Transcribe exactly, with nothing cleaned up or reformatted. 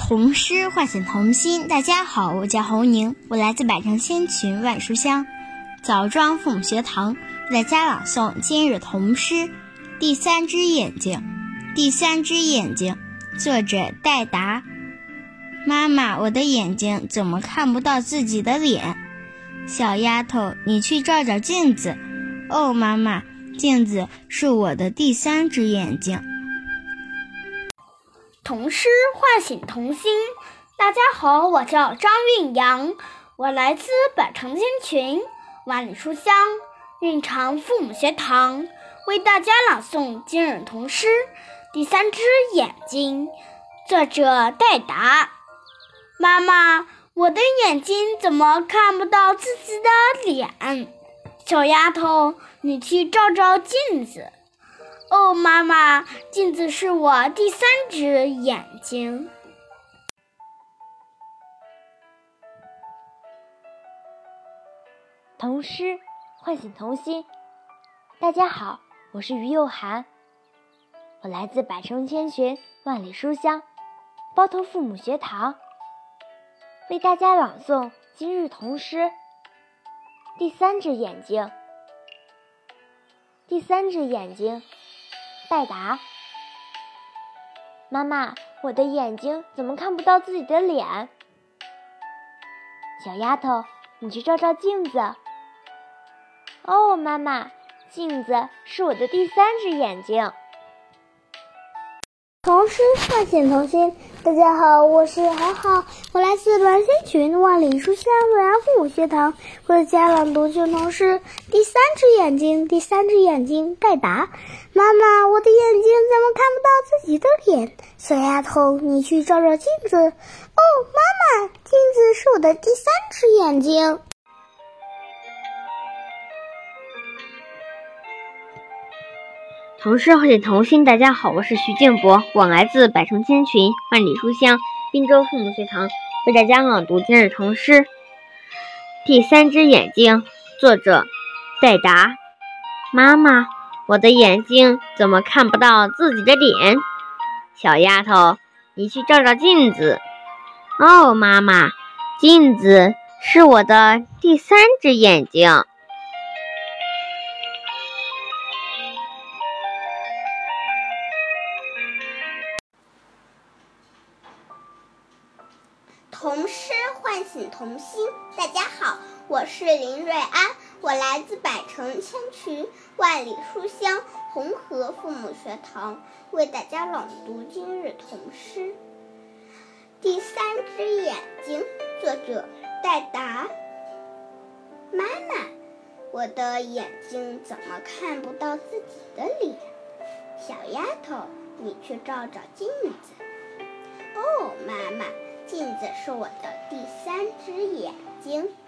童诗唤醒童心。大家好，我叫侯宁，我来自百城千群万书香枣庄父母学堂，为大家朗诵今日童诗《第三只眼睛》。第三只眼睛，作者戴达。妈妈，我的眼睛怎么看不到自己的脸？小丫头，你去照照镜子。哦，妈妈，镜子是我的第三只眼睛。 童诗唤醒童心。大家好，我叫张韵阳，我来自百城千群万里书香蕴藏父母学堂，为大家朗诵今日童诗《第三只眼睛》，作者戴达。妈妈，我的眼睛怎么看不到自己的脸？小丫头，你去照照镜子。哦，妈妈，镜子是我第三只眼睛。 童诗唤醒童心。大家好，我是于幼涵，我来自百城千群万里书香包头父母学堂，为大家朗诵今日童诗《第三只眼睛》。第三只眼睛，戴达。妈妈，我的眼睛怎么看不到自己的脸？小丫头，你去照照镜子。哦，妈妈，镜子是我的第三只眼睛。 童诗唤醒童心。大家好，我是豪豪，我来自百城千群万里书香未来父母学堂，为大家朗读旧童诗《第三只眼睛》。第三只眼睛，戴达。妈妈，我的眼睛怎么看不到自己的脸？小丫头，你去照照镜子。哦，妈妈，镜子是我的第三只眼睛。 童诗唤醒童心。大家好，我是徐建博，我来自百城千群万里书香滨州父母学堂，为大家朗读今日童诗《第三只眼睛》，作者戴达。妈妈，我的眼睛怎么看不到自己的脸？小丫头，你去照照镜子。哦，妈妈，镜子是我的第三只眼睛。 童诗唤醒童心。大家好，我是林瑞安，我来自百城千群万里书香红河父母学堂，为大家朗读今日童诗《第三只眼睛》，作者戴达。妈妈，我的眼睛怎么看不到自己的脸？小丫头，你去照照镜子。哦，妈妈，镜子是我的第三只眼睛。